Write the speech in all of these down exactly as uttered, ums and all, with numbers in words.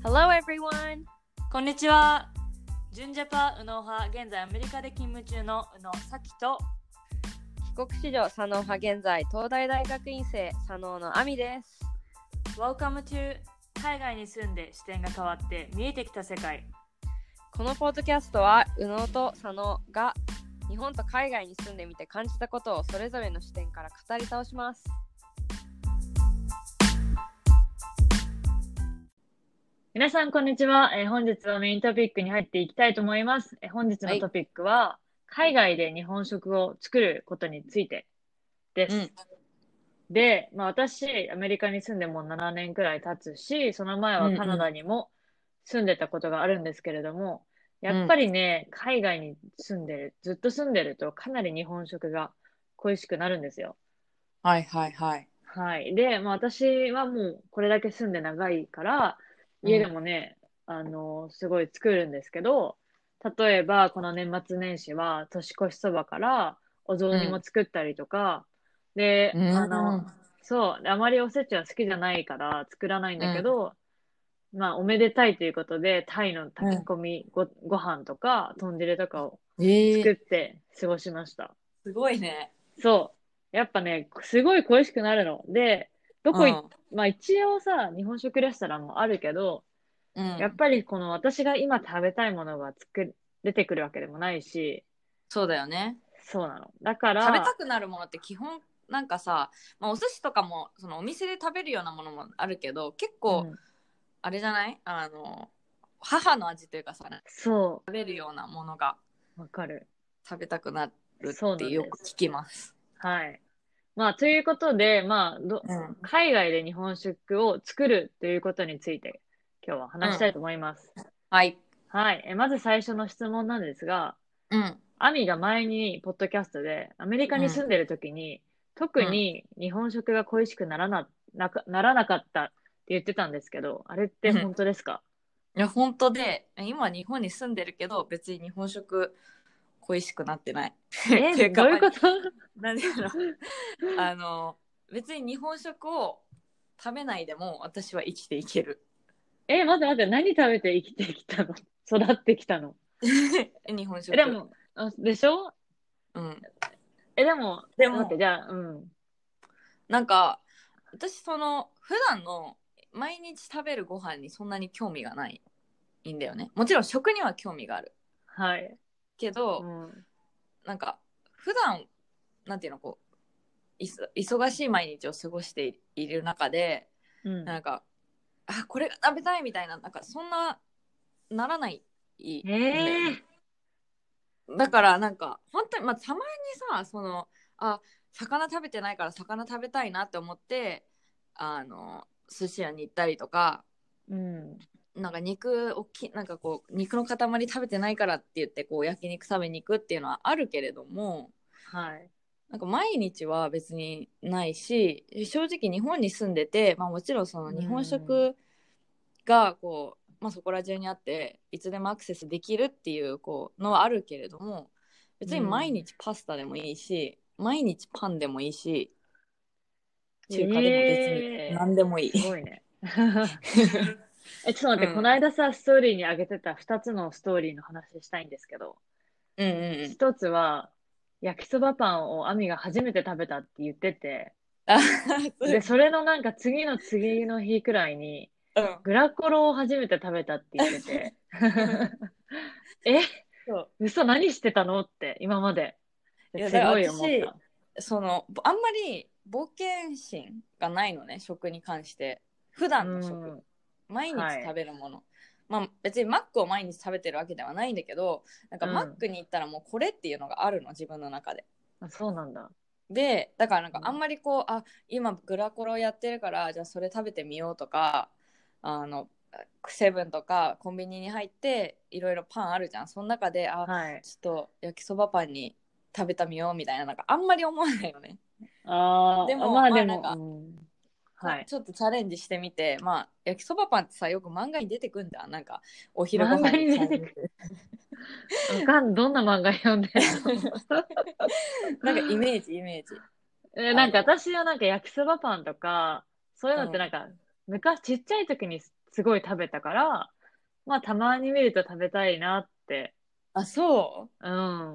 Hello everyone! こんにちは。ジュンジャパ右脳派、現在アメリカで勤務中の右脳咲と帰国子女左脳派、現在東大大学院生左脳のアミです。 Welcome to 海外に住んで視点が変わって見えてきた世界。 このポッドキャストは右脳と左脳が日本と海外に住んでみて感じたことをそれぞれの視点から語り倒します。 皆さんこんにちは、えー、本日はメイントピックに入っていきたいと思います。えー、本日のトピックは、はい、海外で日本食を作ることについてです。うん、で、まあ、私アメリカに住んでもうななねんくらい経つし、その前はカナダにも住んでたことがあるんですけれども、うんうん、やっぱりね、海外に住んでるずっと住んでるとかなり日本食が恋しくなるんですよ。 はいはいはいはい。で、まあ、私はもうこれだけ住んで長いから家でもね、うん、あの、すごい作るんですけど、例えば、この年末年始は、年越しそばからお雑煮も作ったりとか、うん、で、あの、そう、あまりおせちは好きじゃないから作らないんだけど、うん、まあ、おめでたいということで、タイの炊き込みご、うん、ご飯とか、豚汁とかを作って過ごしました。 えー、すごいね。 そう。やっぱね、すごい恋しくなるの。で、どこ行っ、うん、まあ一応さ、日本食レストランもあるけど、うん、やっぱりこの私が今食べたいものが作る出てくるわけでもないし。 そうだよね。 そうなの。だから食べたくなるものって基本なんかさ、まあ、お寿司とかもそのお店で食べるようなものもあるけど、結構、うん、あれじゃない？あの母の味というかさ、 そう食べるようなものがわかる。 食べたくなるってよく聞きます。 はい。まあということで、まあど、うん、海外で日本食を作るということについて今日は話したいと思います。 うん、はい。 はい。えまず最初の質問なんですが、 うん。 アミが前にポッドキャストでアメリカに住んでる時に、うん、特に日本食が恋しくならな、なか、ならなかったって言ってたんですけど、あれって本当ですか？ うん、いや、本当で、今日本に住んでるけど、別に日本食恋しくなってない。 えー、どういうこと？ なんであの、別に日本食を食べないでも私は生きていける。 えー、待って待って、何食べて生きてきたの？育ってきたの？ 日本食。 でも、でしょ？ うん。 え、でも、 でも、 待って、じゃあ、うん。 なんか、私、その、普段の毎日食べるご飯にそんなに興味がないんだよね。もちろん食には興味がある。 はい。 けど、 うん、 なんか、普段、なんていうの、こう、いそ忙しい毎日を過ごしている中で、うん、なんか、あ、これが食べたいみたいな、なんか、そんな、ならないんだよね。えー、だからなんか本当に、まあ、たまにさ、そのあ魚食べてないから魚食べたいなって思ってあの寿司屋に行ったりとか、うん、なんか肉おきなんかこう肉の塊食べてないからって言ってこう焼肉食べに行くっていうのはあるけれども、はい、なんか毎日は別にないし、正直日本に住んでて、まあ、もちろんその日本食がこう、まあ、そこら中にあっていつでもアクセスできるっていうこうのはあるけれども、別に毎日パスタでもいいし、うん、毎日パンでもいいし、中華でも別に何でもいい、 えー、すごいねえ、ちょっと待って、うん、この間さストーリーに上げてたふたつのストーリーの話したいんですけど、うんうんうん、ひとつは焼きそばパンをアミが初めて食べたって言っててで、それのなんか次の次の日くらいにうん、グラコロを初めて食べたって言っててえ嘘何してたのって今まですごい思った。 そのあんまり冒険心がないのね、食に関して。普段の食、毎日食べるもの、はい、まあ別にマックを毎日食べてるわけではないんだけど、なんかマックに行ったらもうこれっていうのがあるの、自分の中で。 あ、そうなんだ。 でだからなんかあんまりこう、うん、あ今グラコロやってるからじゃあそれ食べてみようとか、あのセブンとかコンビニに入っていろいろパンあるじゃん。その中であ、はい、ちょっと焼きそばパンに食べてみようみたいな、なんかあんまり思わないのね。 あでもまあでも、まあ、なんか、うん、 はい、ちょっとチャレンジしてみて、まあ焼きそばパンってさよく漫画に出てくんじゃん。なんかお昼ご飯に出てくる。 わかんどんな漫画読んでるのなんかイメージイメージ。 えなんか私はなんか焼きそばパンとかそういうのってなんか、うん、昔ちっちゃい時にすごい食べたから、まあたまに見ると食べたいなって。 あ、そうん。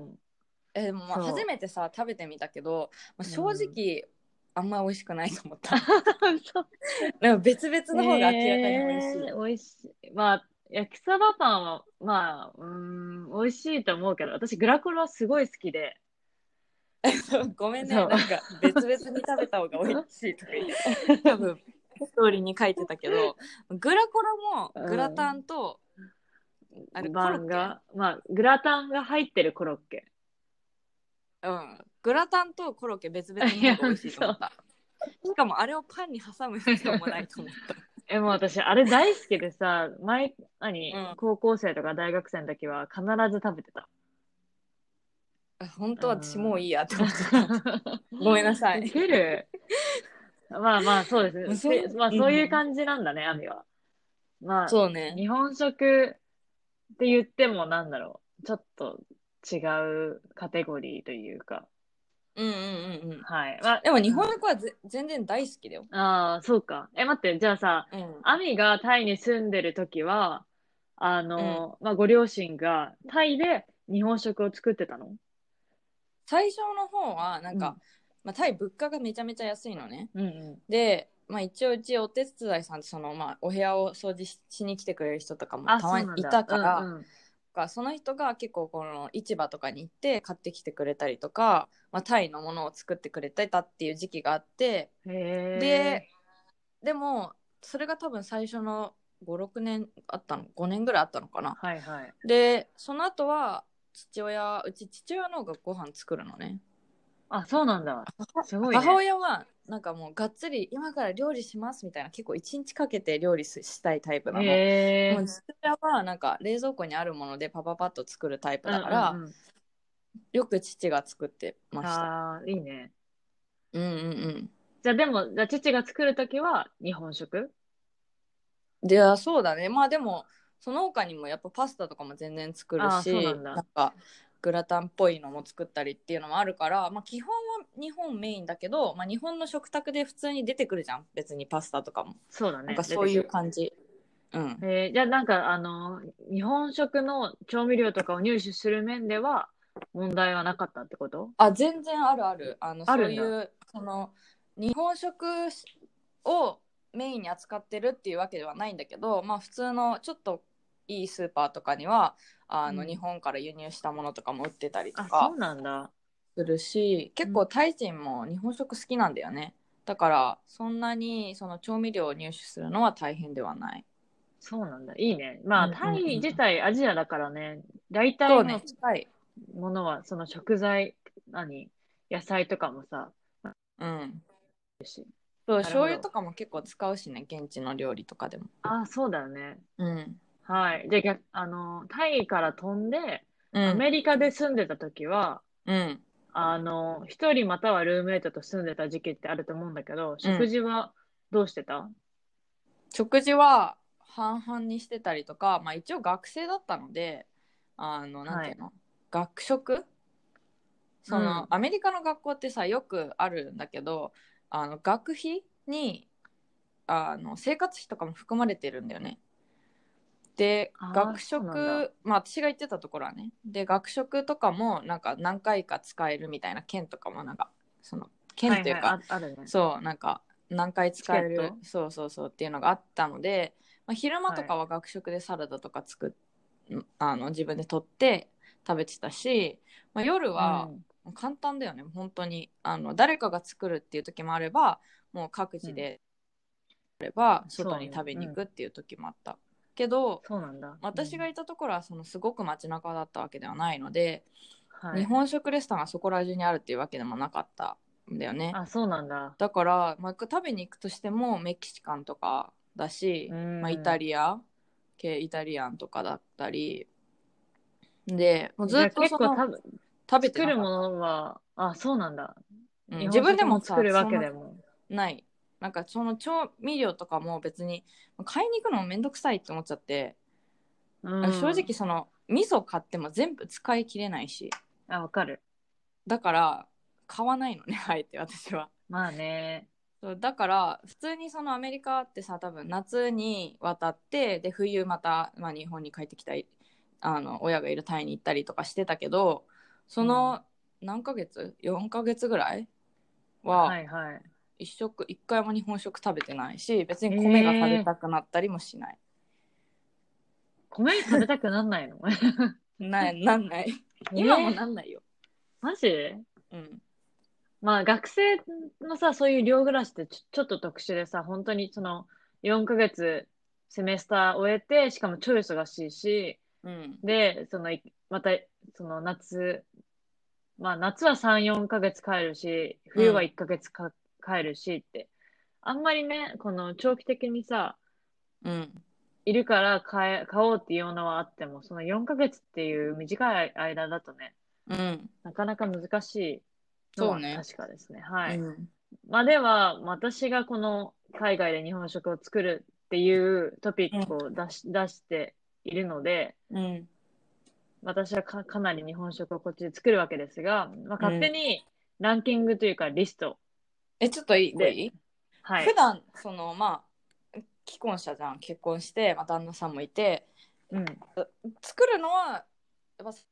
うえでもまあ初そめてさ食べてみたけど、まあ、 う。 正うん。 直、あんま美味しくないと思ったそなんか別々 う。 の方が明らかに美味しい。 えー、美味しい。まあ、焼きそばパンは、まあ、うーん、美味しいと思うけど、私グラコロはすごい好きで。 そうごめんね、 そう。 なんか別々に食べた方が美味しいとか言って多分ストーリーに書いてたけど、グラコロもグラタンとあれコロッケ、 パンが、まあ、グラタンが入ってるコロッケ。 うんグラタンとコロッケ別々のいや、 方が美味しいとそう。 思った。しかもあれをパンに挟む必要もないと思っえ、もう私、あれ大好きでさ、前、何、 た。 高校生とか大学生の時は必ず食べてた。 うん本う当私もういん。 いやって思っちゃったごめんなさウい。 ケる。まあまあ、そうですね。 もうそせまあ、 う、 そういうん、 感じなんだね、アミは。まあ、 そうね。 日本食って言ってもなんだろう。ちょっと違うカテゴリーというか。 うんうんうんうん。 はい。まあ、 でも日本うん。 食はぜ全然大好きだよ。 ああ、そうか。え、待って、じゃあさ、 うん。 アミがタイに住んでる時は、あうん。 の、まあ、ご両親がタイで日本食を作ってたの？ 最初の方はなんか、 うん。 まあ、タイ物価がめちゃめちゃ安いのね。 うんうで、まあ、一応うちお手伝いさんってその、まあ、お部屋を掃除ししに来てくれる人とかん。あ、 もたまにいそうなんだ。うたから、 んうかその人が結構この市場とかに行って買ってきてくれたりとか、まあ、タイのものを作ってくれてたっていう時期があって、 ん。へでえ。 でもそれが多分最初のごろくねんあったのごねんぐらいあったのかな。 はいはい。 でその後は父親うち父親の方がご飯作るのね。 あ、そうなんだ。すごい母ね。 親はなんかもうがっつり今から料理しますみたいな結構一日かけて料理したいタイプなへの。もうえ。 父親はなんか冷蔵庫にあるものでパパパッと作るタイプうんだからうんよく父が作ってうん。 ました。 ああ、いいね。 うんうんじゃあでも、じゃあ父が作るときは日本食？ うん。でそうだね。まあでもその他にもやっぱパスタとかも全然作るああ、そうなしんだ。 なんかグラタンっぽいのも作ったりっていうのもあるから、まあ、基本は日本メインだけど、まあ、日本の食卓で普通に出てくるじゃん別にパスタとかも。なんかそうだね。出そういうてくる。 感じ。うん。 えー、じゃあなんか、あの、日本食の調味料とかを入手する面では問題はなかったってこと？ あ、全然あるある。あの、 あるんだ。 そういう、その、日本食をメインに扱ってるっていうわけではないんだけど、まあ普通のちょっといいスーパーとかには、あの、日うん。 本から輸入したものとかも売ってたりとあ、そうかなんだ。 するし、 うん。 結構タイ人も日本食好きなんだよね。だから、そんなにその調味料を入手するのは大変ではない。 そうなんだ。いいね。まあ、 うんうんタイうん。 自体アジアだからね、大体そうね、 の近い。 ものは、その食材、何野菜とかもさ、 うん。 よし。 そう、 なるほど。 醤油とかも結構使うしね、現地の料理とかでも。 あ、そうだよね。 うん。 はい。で、逆、あの、タイから飛んで、アうん。 メリカで住んでた時は、 うん。 あの、一人またはルームメイトと住んでた時期ってあると思うんだけど、 うん。 食事はどうしてた？ 食事は半々にしてたりとか、まあ一応学生だったので、あの、なんはい。 ていうの学食その、 うん。 アメリカの学校ってさ、よくあるんだけど、あの、学費に、あの、生活費とかも含まれてるんだよね。で、 ああ、 学そうなんだ。 食、まあ私が行ってたところはね、で、学食とかもなんか何回か使えるみたいな券とかもなんか、その、 はいはい、 券というか、 あ、あるね。 そう、なんか何回チ使える、 ケット。 そうそうそうっていうのがあったので、まあ、昼間とはい。 かは学食でサラダとか作っ、あの、自分で取って食べてたし、まあ、夜はうん。 簡単だよね、本当に。あの、誰かが作るっていう時もあれば、もう各うん。 自であれば外そうね。 に食べに行うん。 くっていう時もあった。けど、 そうなんだ。うん。 私がいたところはそのすごく街中だったわけではないので、日はい。 本食レストランがそこら中にあるっていうわけでもなかったんだよね。 あ、そうなんだ。 だから、まあ、食べに行くとしてもメキシカンとかだうし、まあ、イタん。 リア系イタリアンとかだったりで、もうずっじゃあとその結構多分、 食べて作るもなかった。 のは、あ、そうなんだ。 うん、 日本自分で食も作るわもさそんなけでも。 ない。なんかその調味料とかも別に買いに行くのもめんどくさいって思っちゃって、 う正ん。 直その味噌買っても全部使い切れないし、 あ、わかる。 だから買わないのねあえて私は。 まあね。 そうだから普通にそのアメリカってさ多分夏に渡ってで冬また、まあ、日本に帰ってきたいあの親がいるタイに行ったりとかしてたけどその何ヶ月、うん、よんかげつぐらいは、 はいはい、 一食一回も日本食食べてないし別に米が食べたくなったりもしない、 えー、米食べたくなんないのななんないえー、 今もなんないよ。 マジ？ うん。 まあ学生のさ、そういう寮暮らしってちょ、ちょっと特殊でさ、本当にそのよんかげつセメスター終えて、しかも超忙しいし、 うん。 で、その、また、その夏、まあ夏はさん、よんかげつ帰るし、冬はうん。 いっかげつか帰るしって、あんまりね、この長期的にさ、 うん。 いるから買え、買おうっていうのはあっても、そのよんかげつっていう短い間だとね、 うん。 なかなか難しいのそうね。 は確かですね。はい。 うん。 まあでは、私がこの海外で日本食を作るっていうトピックを出し、出しているので、 うん。 私はか、かなり日本食をこっちで作るわけですが、まあ、勝手うん。 にランキングというかリストえ、ちょっといい、これで、 いいはい。 普段、その、まあ、既婚者じゃん。結婚して、まあ、旦那さんもいて、 うん。 作るのは、やっぱ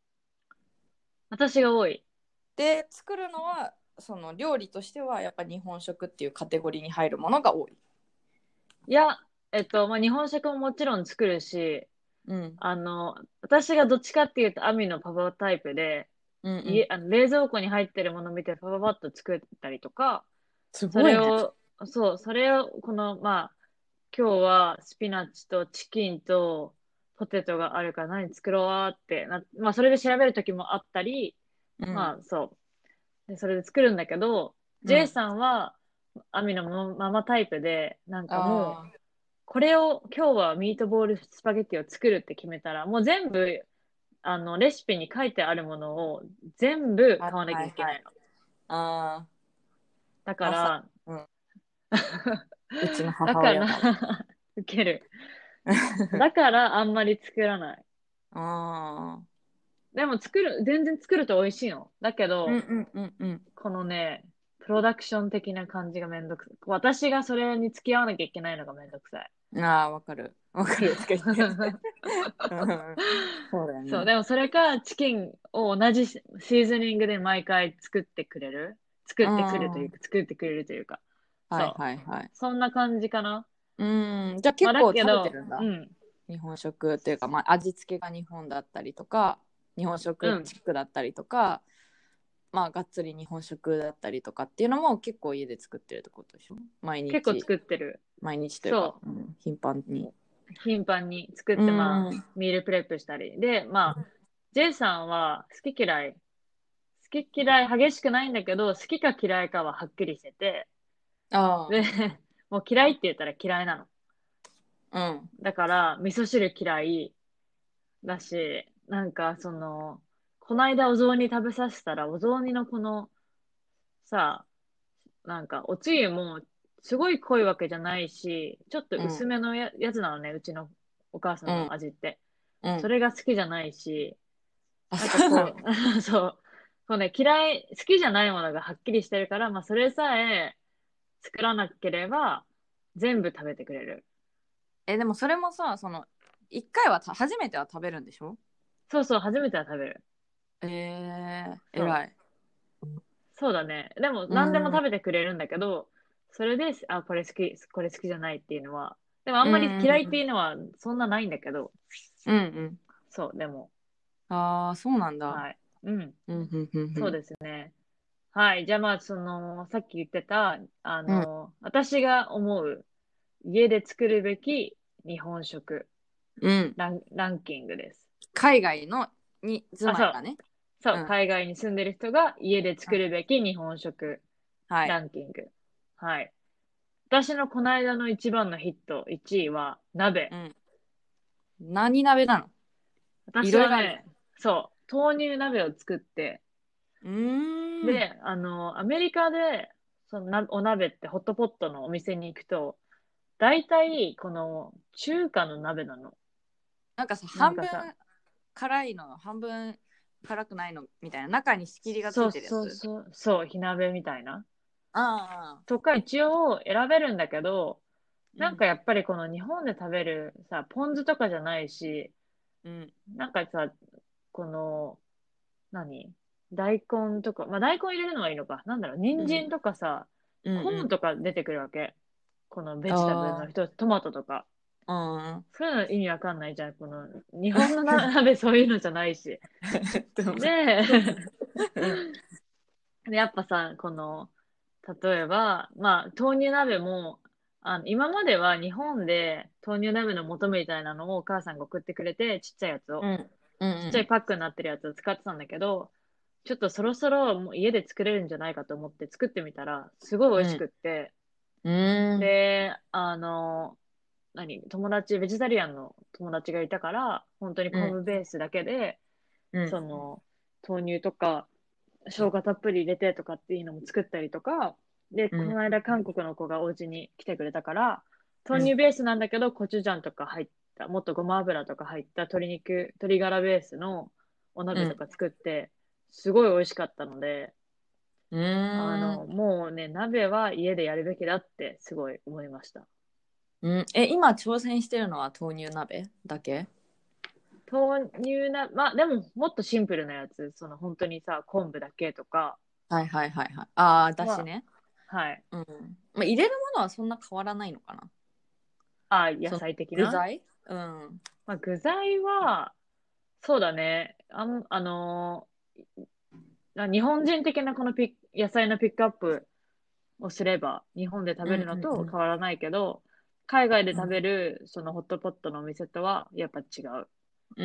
私が多い。 で、作るのは、その料理としては、やっぱ日本食っていうカテゴリーに入るものが多い。 いや、えっと、まあ、日本食ももちろん作るし、 うん。 あの、私がどっちかっていうと、アミのパパタイプで、 うんうん。 家、あの冷蔵庫に入ってるものを見てパパパッと作ったりとか、そすごいね。 れを、そう、それを、この、まあ、今日はスピナッチとチキンとポテトがあるから何作ろうってな、まあ、それで調べるときもあったり、 うん。 まあ、そう。で、それで作るんだけど、 うん。 J さんは、アミのマママタイプで、なんかもう、 あこれを、今日はミートボールスパゲッティを作るって決めたら、もう全部、あの、レシピに書いてあるものを全部あ。はい買わなきはいはい。 ゃいけないの。 ああ。 だかまさら、 に。うん。うちのだから、 母親だわ。 ウケる。だからあんまり作らない。 ああ。 でも作る、全然作ると美味しいの。だけど、 うんうんうんうん。 このね、プロダクション的な感じがめんどくさい。私がそれに付き合わなきゃいけないのがめんどくさい。 ああ、わかる。わかる。つけて。うんそうだよそう、 ね。 でもそれか、チキンを同じシーズニングで毎回作ってくれる作うってくるというん。 か、作ってくれるというか。 はいそう。 はいはい。 そんな感じかな。 うん。じゃあまあだ結構食べてけど、 るんだ。 うん、 日本食っていうか、まあ、味付けが日本だったりとか、日本食うん。 チックだったりとか、まあ、がっつり日本食だったりとかっていうのも結構家で作ってるってことでしょ毎結構日。 作ってる。 毎日というか、 そうん、頻繁に。 う。頻繁に作っうて、まあ、 ん。 ミールプレップしたり。で、まあ、J さんは好き嫌い。好き嫌い激しくないんだけど、好きか嫌いかははっきりしてて。 あで、もう嫌いって言ったら嫌いなの。 あ。うん。 だから、味噌汁嫌いだし、なんかその、この間お雑煮食べさせたら、お雑煮のこの、さ、なんかおつゆもすごい濃いわけじゃないし、ちょっとうん。 薄めのや、やつなのね、うちのお母さんのうん。 味って。 うん。 それが好きじゃないし、 あ、 なんかそうなの。 こう、そう、こうね、嫌い、好きじゃないものがはっきりしてるから、まあそれさえ作らなければ全部食べてくれる。 え、でもそれもさ、その、一回はた初めては食べるんでしょ？ そうそう、初めては食べる。 えー、 そう。 偉い。 そうだね。でもう何でもん。 食べてくれるんだけど、それで、あ、これ好き、これ好きじゃないっていうのは、でもあんうんまり嫌いってうんいうのはそんなないんだけど、 うん。うんうん。 そう、でも、 ああ、そうなんだ。 はい。うん、 うんうんうんうん。 そうですね。はい。じゃあまあ、その、さっき言ってた、あうんの、私が思う家で作るべき日本食うん。 ラン、ランキングです。 海外のに住あ、そう。 まいがね。 そう、 うん。 海外に住んでる人が家で作るべき日本食はい。 ランキング。はい。私のこの間の一番のヒット、いちいは鍋。 うん。何鍋なの？い私はね、 ろいろあるじゃん。 そう、豆乳鍋を作って、 うーん。 で、あの、アメリカで、そのな、お鍋ってホットポットのお店に行くと、大体、この、中華の鍋なの。 なんかさ、半分なんかさ、 辛いの、半分辛くないのみたいな、中に仕切りがついそうそうてるやつ。 そう、そう、火鍋みたいな。 ああ、 とか一応選べるんだけど、 うん、 なんかやっぱりこの日本で食べるさ、ポン酢とかじゃないし、 うん、 なんかさ、この、何大根とか、まあ大根入れるのはいいのか。なんだろう、 うん、 人参とかさ、 うん、 コーンうん。 とか出てくるわけ。このベジタブルのあ一つ、トマトとか。 あ、 そういうの意味わかんないじゃん。この、日本のな鍋そういうのじゃないし。 うん。 で、 うん、 でやっぱさ、この、例えば、まあ、豆乳鍋も、あの、今までは日本で豆乳鍋の素みたいなのをお母さんが送ってくれて、ちっちゃいやつを、 うん、うちっちゃいん、 パックになってるやつを使ってたんだけど、ちょっとそろそろもう家で作れるんじゃないかと思って作ってみたら、すごい美味しうん、 くって、 うん、 で、あの、何、友達、ベジタリアンの友達がいたから、本当にうん、 昆布ベースだけで、 うん、 その、豆乳とか、生姜たっぷり入れてとかっていうのも作ったりとか、で、 うん、 この間韓国の子がお家に来てくれたから、 うん、 豆乳ベースなんだけど、コチュジャンとか入った、もっとごま油とか入った鶏肉、鶏ガラベースのおうん、 鍋とか作って、すごい美味しかったので、 うん、 あの、もうね、鍋は家でやるべきだってすごい思いました。 うん。え、今挑戦してるのは豆乳鍋だけ？ 豆乳な、まあでももっとシンプルなやつ、その本当にさ、昆布だけとかはいはいはいはい。ああ、だしは、 ね。 はい。 うん。まあ、入れるものはそんな変わらないのかな。 あ、野その菜的な。 具材。うん。 まあ具材は、そうだね。あん、あのー日本人的なこのピッ、野菜のピックアップをすれば、日本で食うんべるのとうん変わらないけど、海外でうん。 食べるそのホットポットのお店とはやっぱ違う。 うん。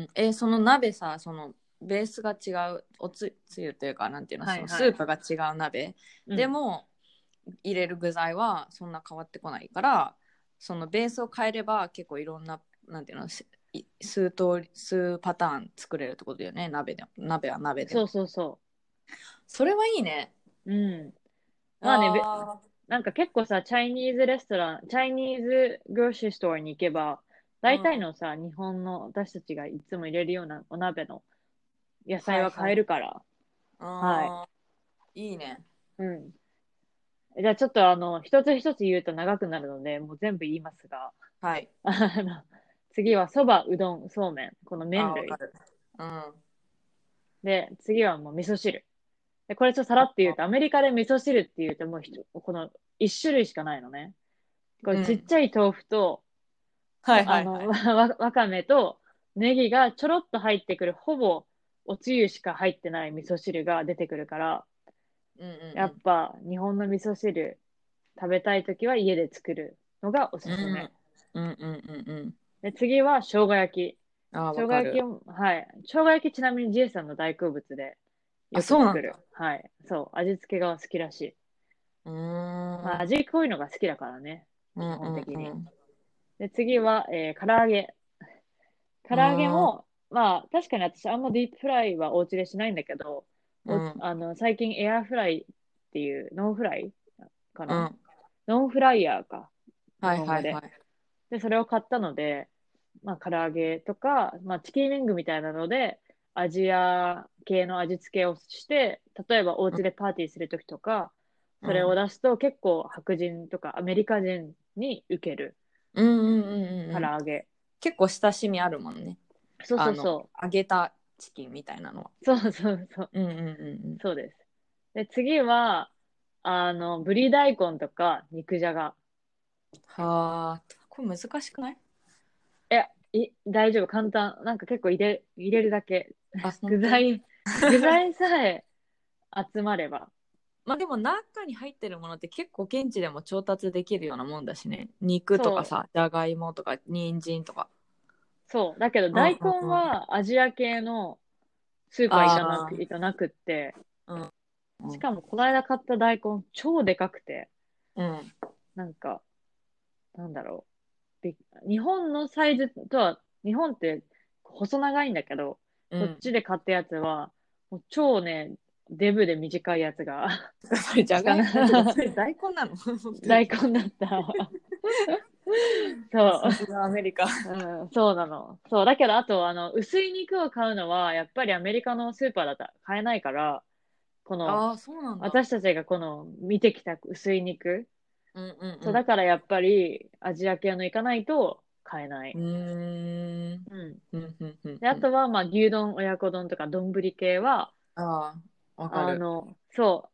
え、その鍋さ、そのベースが違う、おつ、つゆというか、なんていうの、そのスはいはい。 ープが違う鍋。 うん。 でも、入れる具材はそんな変わってこないから、そのベースを変えれば結構いろんな、なんていうの、し数通り、数パターン作れるってことだよね、鍋でも。鍋は鍋でも。 そうそうそそれはいいね。 う。うん。まあね、べあなんか結構さ、チャイニーズレストラン、チャイニーズグロッシーストアに行けば、 あ、 大体うん。 のさ、日本の私たちがいつも入れるようなお鍋の野菜は買えはいはい。 るから、はい。 ああ、いいね。 うん。じゃあちょっとあの、一つ一つ言うと長くなるので、もう全部言いますが、 はい。 あの、次はそば、うどん、そうめん、このああ、 麺類。 わかる。うん。あで、次はもう味噌汁。で、これちょっとさらって言うと、アメリカで味噌汁って言うともうひとこの一種類しかないのね。これちっうん。 ちゃい豆腐と、 はいあの、 はいはい。 わ、わかめとネギがちょろっと入ってくる、ほぼおつゆしか入ってない味噌汁が出てくるから、 うんやっぱ日本の味噌汁食べたいときは家で作るのがおすうんうん。 すめ。 うんうんうんうんうん。 で、次は生姜焼き。 ああ、 生姜わかる。 焼きも、はい。生姜焼きちなみにジエさんの大好物であ、 よく作る。 そうなんだ。 はい。そう。味付けが好きらしい。 うーまあ、 ん。 味濃いのが好きだからね。基うんうん本的に。 うん。 で、次は、えー、唐揚げ。唐揚げああ、 も、まあ、確かに私あんまディープフライはお家でしないんだけど、お、 うん。 あの、最近エアフライっていう、ノンフライかなうん。 ノンフライヤーか。日はい本語で。 はいはい。 で、それを買ったので、まあ、唐揚げとか、まあ、チキンリングみたいなので、アジア系の味付けをして、例えばおうん家でパーティーするときとか、それをうん。 出すと結構白人とかアメリカ人に受けるうんうんうんうんうん。 唐揚げ。 結構親しみあるもんね。 そうそあの、 うそ揚げたチキンみたいなのは。 う。そうそうそう。 うんうんうんそうです。で、次は、あの、ブリ大根とか肉じゃが。 うん。はあ、これ難しくない？ え、い、大丈夫、簡単。なんか結構入れ、入れるだけ。 あ、本当？ 具材、具材さえ集まれば。 まあでも中に入ってるものって結構現地でも調達できるようなもんだしね。肉とかそう、 さ、じゃがいもとか人参とか。 そう。だけどうんうん大根うん。 はアジア系のスーパー行かなく、 あ行かなくって、 あ、うんうんしかもこの間買った大根超でかくて、 うん。 なんか、なんだろう。び日本のサイズとは、日本って細長いんだけど、こっうん。 ちで買ったやつは、もう超ね、デブで短いやつがそれじゃしかがいも、え、てかそな、 れ大根なの？本当に。 大根だった。 あ、 そさすがアメリカ。 う。うん、そうなの。そう。だけど、あと、あの、薄い肉を買うのは、やっぱりアメリカのスーパーだったら買えないから、 この、 ああ、そうなんだ。 私たちがこの見てきた薄い肉。 うんうんうん。 そう、だからやっぱりアジア系の行かないと買えない。 うーん。 うん。 うんうんうんで、あうん。 とは、まあ、牛丼、親子丼とか丼系は、 ああ、わかる。 あの、そう、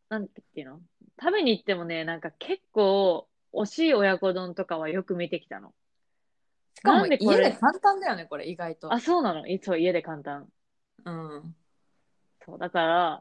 なんていうの食べに行ってもね、なんか結構、惜しい親子丼とかはよく見てきたの。 しかなんも家ででこれ、 簡単だよね、これ意外と。 あ、そうなのいつも家で簡単。 うん。 そう、だから、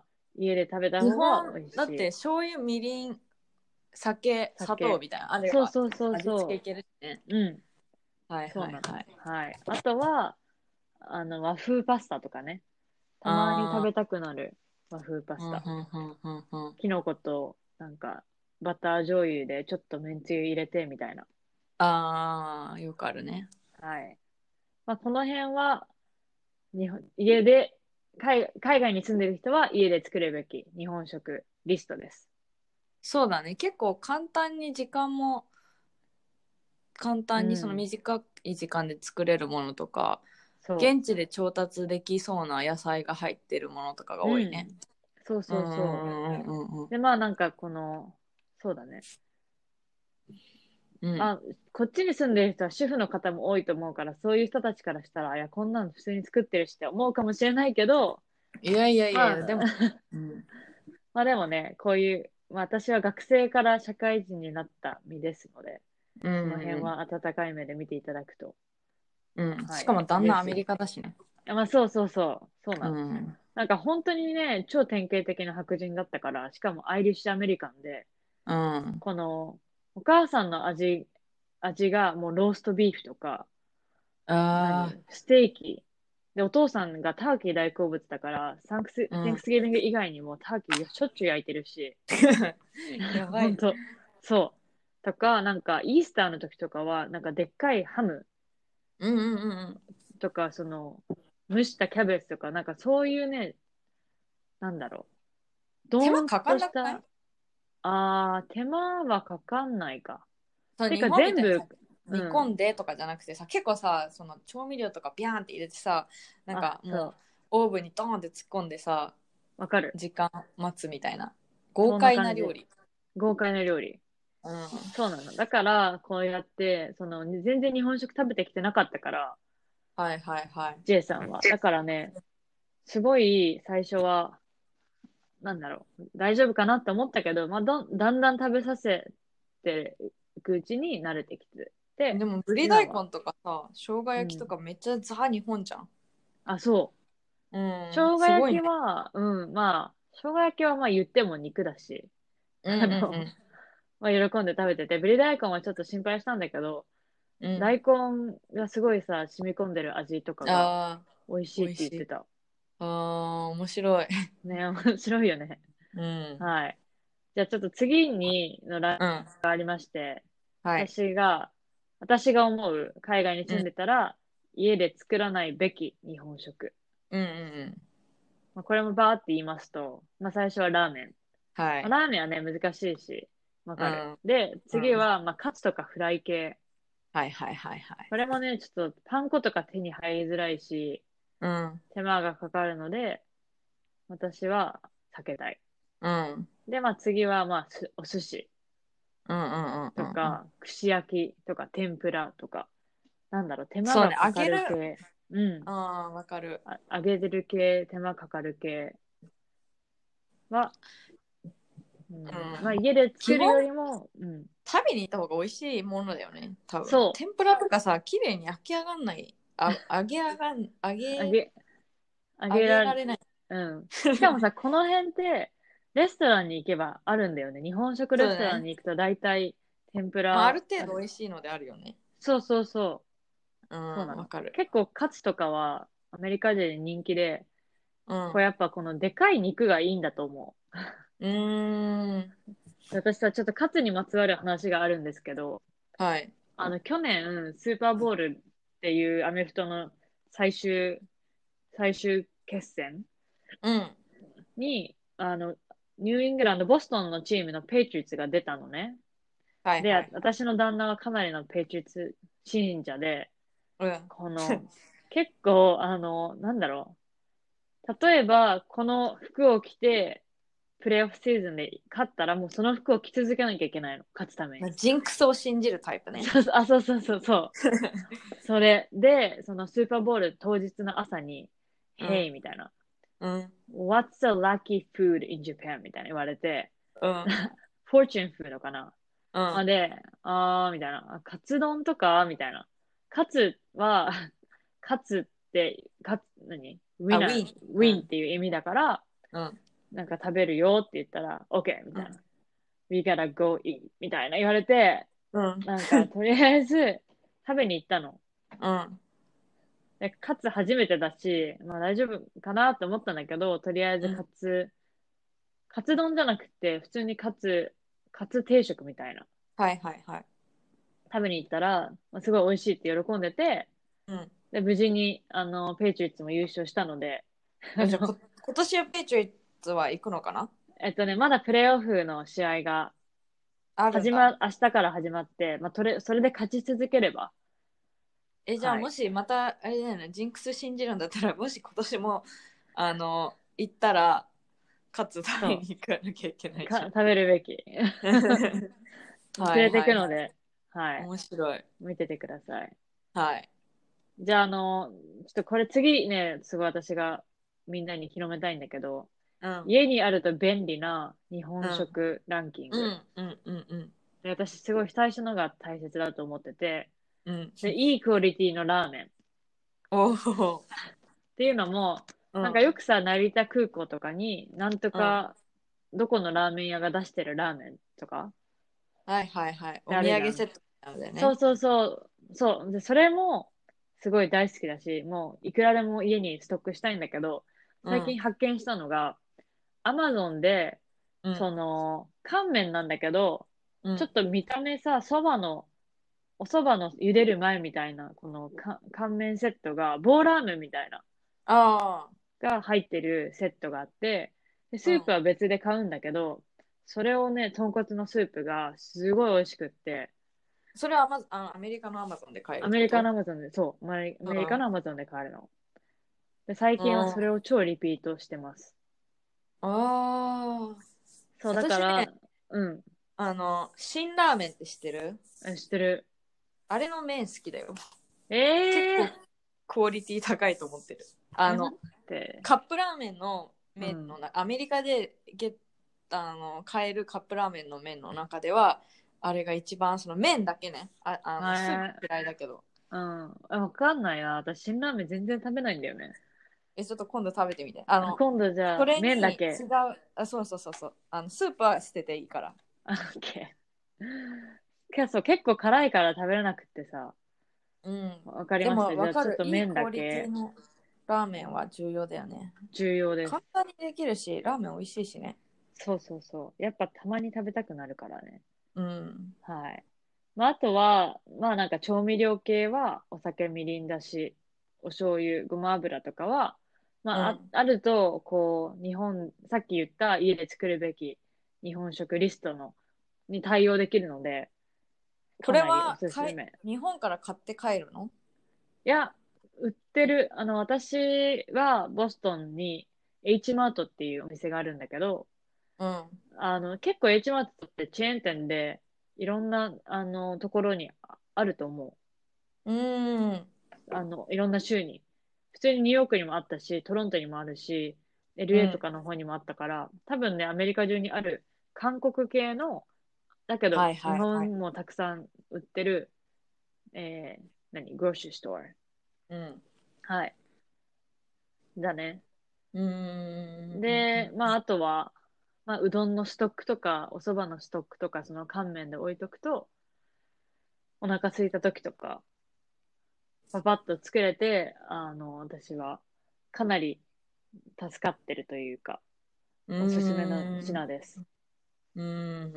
家で食べた方が基本、 美味しい。 だって醤油、みりん、酒、砂糖酒。 みたいな、あればそうそうそう味付けいそけるしね。 う。うん。 はいそうなの。 はいはい。 はい。あとは、あの、和風パスタとかね。たまに食あべたくなる和風パあ、うんスタ。 うんうんうんうん。 キノコと、なんか、バター醤油でちょっとめんつゆ入れてみたいな。 ああ、よくあるね。 はい。まあ、この辺は、日本、家で、海、海外に住んでる人は家で作るべき日本食リストです。 そうだね。結構簡単に時間も簡う単にそのん。 短い時間で作れるものとか、 そ現地で調達できそうな野菜が入ってるものとかがう。 多いね。 うん。そううんうそうそんうんうんうう。 んで、まあなんかこの、そうだね。 うん。 まあ、こっちに住んでる人は主婦の方も多いと思うから、そういう人たちからしたら、いや、こんなの普通に作ってるしって思うかもしれないけど、 いやいやいやいまあ、 や、でも、うん、 まあでもね、こういう、まあ私は学生から社会人になった身ですので、 うその辺んは温かい目で見ていただくと、 うん。 はい、 しかも旦那アメリ嬉しい。 カだしね。 まあそうそうそう、そううなの。 ん。 なんか本当にね、超典型的な白人だったから、しかもアイリッシュアメリカンで、 うん。 この、お母さんの味、味がもうローストビーフとか、 あ何ステーキ。で、お父さんがターキー大好物だから、サンクス、 あ、うん。 テンクスギビング以外にもターキーしょっちゅう焼いてるし、 やばいね。 ほんと、そう。とか、なんか、イースターの時とかは、なんか、でっかいハムうんうんうんうん。 とか、その、蒸したキャベツとか、なんか、そういうね、なんだろう。ドーン手間かかんなくない？ とした、あー、手間はかかんないか。 そう、日てか、 本みたいにさ、 全部、う煮込ん。 んでとかじゃなくてさ、結構さ、その調味料とかビャーンって入れてさ、なんあ、 かもうそオーブンにドーンって突っ込んでさ、 う、わかる。 時間待つみたいな。豪そんな感じ。 快な料理。 豪快な料理。 うん。 そうなの。だから、こうやって、その、全然日本食食べてきてなかったから、 はいはいはい。 J さんは。だからね、すごい最初は、なんだろう、大丈夫かなって思ったけど、まあ、どん、だんだん食べさせていくうちに慣れてきて、で、 でも、ぶり今は、 大根とかさ、生姜うん。 焼きとかめっちゃザ日本じゃん。 あ、そう。 うん、 生姜焼すごいね。 きは、うん、まあ、生姜焼きはまあ言っても肉だし、 うんあの、 うんまあ喜んで食べてて、ぶり大根はちょっと心配したんだけど、 うん。うん。 大根がすごいさ、染み込んでる味とかがああ、 美味しいって美味しい。 言ってた。 ああ、面白い。 ね、面白いよね。 うん。 はい。じゃあちょっと次にのラインうん。 がありまして、 はい。 私が、私が思う海外に住んうん。 でたら家で作らないべき日本食。 うんうんうん。 まあ、これもバーって言いますと、まあ最初はラーメン。まあ、 はい。 ラーメンはね、難しいし、わかる。 うん。 で、 うん。 次は、まあカツとかフライ系。 はいはいはいはい。 これもね、ちょっとパン粉とか手に入りづらいし、 うん。 手間がかかるので、私は避けたい。 うん。 で、まあ次は、まあすお寿司うんうんうんうんうん。 とか、串焼きとか、天ぷらとか、なんだろう、手間そうね、 がかか揚げる。 る系。うん。 ああ、わかる。 あ、揚げてる系、手間かかる系は、うん、まあうん。 家で基本、 作るよりも、うん。 食べに行った方が美味しいものだよね、多分。 そ天ぷらとかさ、綺麗に焼き上がんない。あ、揚げ上がん、揚う、揚げ、 げ、揚揚げら、 げられない。 うん。しかもさ、この辺って、レストランに行けばあるんだよね。日本食レストランそうだね。 に行くと大体天ぷまあ、あら、 る程ある。 度美味しいのであるよね。 そうそうそう。 うん、 そうなの。 わかる。 結構カツとかはアメリカ人に人気で、 うん。 これやっぱこのでかい肉がいいんだと思う。 うーん。 私さ、ちょっとカツにまつわる話があるんですけど、 はい。 あの、去年、スーパーボールっていうアメフトの最終、最終決戦うん。 に、あの、ニューイングランド、ボストンのチームのペイトリッツが出たのね。 はいはで、 いはい。 私の旦那はかなりのペイトリッツ信者で、 うん。 この、結構、あの、なんだろう。 例えば、この服を着て、プレイオフシーズンで勝ったら、もうその服を着続けなきゃいけないの。勝つために。 ジンクスを信じるタイプね。 そうそう、あ、そうそうそうそう。それで、そのスーパーボール当日の朝に、 うん Hey みたいな。 うん What's the lucky food in Japan? みたいな言われて、 うん Fortune food かな。 うんまで、あーみたいな。あカツ丼とかみたいな。カツは、カツって、カツ、何ウィあ、ウナー、 ィン。 ウィンっていう意味だから、 うんなんか食べるよって言ったら、OK! みうんたいな。We gotta go eat! みたいな言われて、 うんなんか、とりあえず、食べに行ったの。 うんで、カツ初めてだし、まあ大丈夫かなって思ったんだけど、とりあえずカうんツ、カツ丼じゃなくて、普通にカツ、カツ定食みたいな。 はいはいはい。 食べに行ったら、まあ、すごい美味しいって喜んでて、 うんで、無事に、あの、ペイチュイッツも優勝したので、あえ、じゃあの、 こ今年はペイチュイッツは行くのかな？ えっとね、まだプレイオフの試合があるんだ。 始ま、明日から始まって、まあ、とれ、それで勝ち続ければ、 え、じゃあはい。 もしまた、あれだよね、ジンクス信じるんだったら、もし今年も、あの、行ったら、カツ食べそに行かなきゃいけなう、か、 いじゃん。 食べるべき。 は連れていいはいはい。 くので、はい。 面白い。 見ててください。 はい。 じゃあ、あの、ちょっとこれ次ね、すごい私がみんなに広めたいんだけど、 うん。 家にあると便利な日本うん。 食ランキング。 うん。うんうんうんで、私すごい最初のが大切だと思ってて、 うん。 で、いいクオリティのラーメン。っおお。 ていうのも、 うん。 なんかよくさ、成田空港とかに、なんとうん。 か、どこのラーメン屋が出してるラーメンとかっはいはいはい。お土てあるじゃん。 産セットなんだよね。 そうそうそう、そう。で、それも、すごい大好きだし、もう、いくらでも家にストックしたいんだけど、最近うん。 発見したのが、アマゾンで、そうん。 の、乾麺なんだけど、 うん。 ちょっと見た目さ、そばの、お蕎麦の茹でる前みたいな、このか乾麺セットが、棒ラーメンみたいな、 あが入ってるセットがあって、で、スあ。うープん。 は別で買うんだけど、それをね、豚骨のスープがすごい美味しくって、 それはまず、あのアメリカのアマゾンで買えるアメリカのってこと？ アマゾンで、そう、アメリアうん。 メリカのアマゾンで買えるの。で、最う近はそれん。 を超リピートしてます。 ああ。 そう、だか私ね、 ら、うん、 あの、辛ラーメンって知ってる？ あ知ってる。 あれの麺好きだよ。結構ええクオリティ高いと思ってる。 ー、え、待あの、 って。 カップラーメンのうん。 麺のな、アメリカでゲッあの買えるカップラーメンの麺の中では、あれが一番その麺だけね、あ、あのスープはい。 嫌いだけど、 うん。あわかんないな。私、辛ラーメン全然食べないんだよね。 え、ちょっと今度食べてみて。ああ、 の、 今度じゃそあ、 れに違麺だけ。 う、あ、そうそうそうそう、あのスープは捨てていいから。 あ、オッケー。けど、そう、結構辛いから食べれなくってさ。 うん。 わかりでました。じゃあ、 も分かる。 ちょっと麺いいクオリティだけのラーメンは重要だよね。 重要です。 簡単にできるし、ラーメン美味しいしね。 そうそうそう。やっぱたまに食べたくなるからね。 うん。 はい。まあ、あとは、まあなんか調味料系は、お酒、みりんだし、お醤油、ごま油とかは、まあ、あ、 うん。 あると、こう、日本、さっき言った家で作るべき日本食リストの、に対応できるので、 これかなりおはかいすすめ。 日本から買って帰るの？ いや、売ってる、あの、私はボストンに H マートっていうお店があるんだけど、 うん。 あの、結構 H マートってチェーン店で、いろんな、あの、ところにああると思うーん。 う。あの、いろんな州に。普通にニューヨークにもあったし、トロントにもあるし、 うエルエー とん。 かの方にもあったから、多分ね、アメリカ中にある韓国系の、だけど、 はい日はいはい。 本もたくさん売ってる、えー、何、グロッシュストア。 うん。 はい。だね。 うーで、まあ、 ん。 あとは、まあ、うどんのストックとか、お蕎麦のストックとか、その乾麺で置いとくと、お腹空いた時とか、パパッと作れて、あの、私は、かなり助かってるというか、 うおすすめのーん。 品です。 うーん。うん。うん。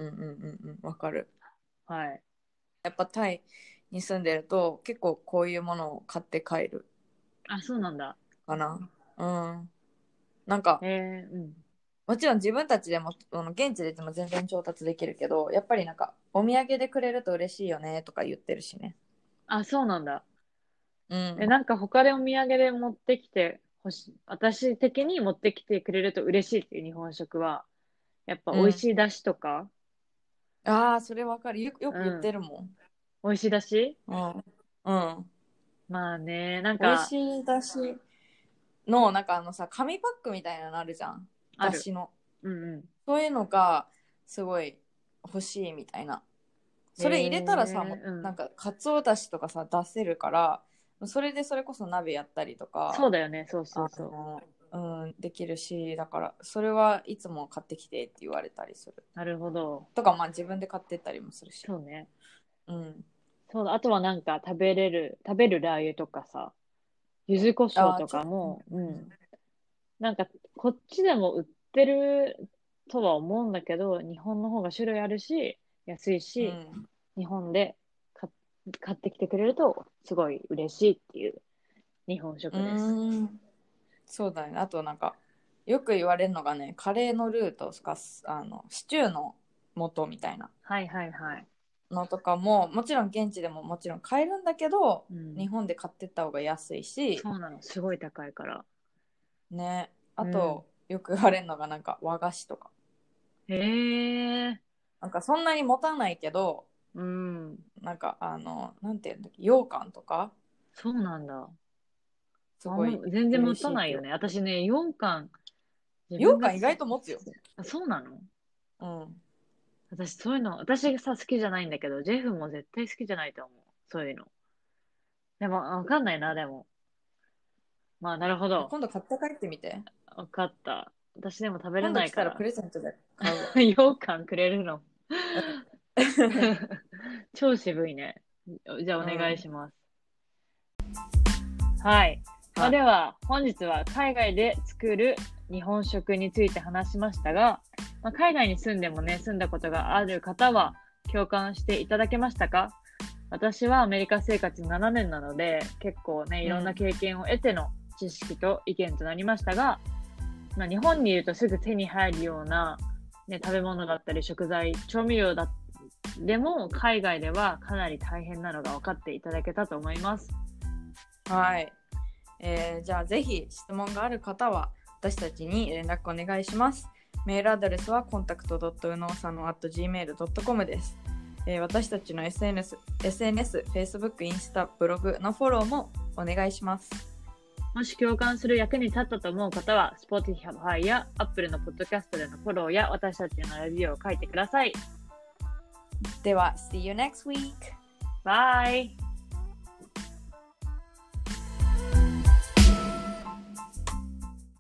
うん。わかる。 はい。 やっぱタイに住んでると結構こういうものを買って帰るあ、そうなんだ。 かな。うん。なんか、 えー、うん。 もちろん自分たちでも、あの現地でも全然調達できるけど、やっぱりなんか、お土産でくれると嬉しいよねとか言ってるしね。 あ、そうなんだ。え、 うん。 なんか他でお土産で持ってきて欲し私的に持ってきてくれると嬉しいっていう日本食は、やっぱ美味しい出汁とか、 うん、ああ、それわかる。よ、よく言っうん、 てるもん。 美味しい出汁うん。うん。 まあね、なん美味か、 しいだしの、なんかあのさ、紙パックみたいなのあるじゃん。 ある。 だしの。 うんうそういうのがすごい欲しいみたいな。 ん。 それ入れたらさ、もへえ、うん。 うなんかかつおだしとかさ、出せるから、それでそれこそ鍋やったりとか、 そうだよね、そうそうあその、うん、できるし、だからそれはいつも買ってきてって言われたりする。 う。なるほど。 とか、まあ自分で買ってったりもするし。 そうね。 うん。 そうだ。あとはなんか食べれる、食べるラー油とかさ、柚子胡椒ああ、 とちょっと、 かも、うん。なんか、こっちでも売ってるとは思うんだけど、日本の方が種類あるし、安いし、 うん。 日本で買買ってきてくれると、すごい嬉しいっていう日本う食です。 ーん。そうだね。あとなんか、よく言われるのがね、カレーのルーとか、あの、シチューの素みたいなはいはいはい。 のとかも、もちろん現地でももちろん買えるんだけど、 うん。 日本で買ってった方が安いし、 そうなの。すごい高いから。 ね。あうん。 と、よく言われるのがなんか和菓子とか。 へえ。 なんかそんなに持たないけど、 うん。 なんかあの、なんていうんだっけ、羊羹とか、 そうなんだ。あんま、 すごい全然持嬉しいってたないよね。 言われる。 私ね、よんかん自分がつ、 羊羹意外と持つよ。 あ、そうなの？ うん。 私そういうの、私がさ、好きじゃないんだけど、ジェフも絶対好きじゃないと思う。そういうの。でも、わかんないな、でも。まあ、なるほど。 今度買って帰ってみて。 わかった。私でも食べれ今度ないから。 来たらプレゼントで買うわ。 羊羹くれるの。 うん。 超渋いね。じゃあ、お願いうん。 します。はい。まあ、 はい。 では、本日は海外で作る日本食について話しましたが、まあ、海外に住んでもね、住んだことがある方は共感していただけましたか？私はアメリカ生活ななねんなので、結構ね、いろんな経験を得ての知識と意見となりましたが、まあ、日本にいるとすぐ手に入るような、ね、食べ物だったり食材、調味料だでも海外ではかなり大変なのが分かっていただけたと思います。 はい。えーじゃあぜひ質問がある方は私たちに連絡お願いします。メールアドレスは コンタクトドットウノーサノアットジーメールドットコム です。えー私たちの エスエヌエス、エスエヌエス、Facebook、インスタ、ブログのフォローもお願いします。 もし共感する役に立ったと思う方は、Spotify や Apple のポッドキャストでのフォローや私たちのレビューを書いてください。 では、See you next week! バイ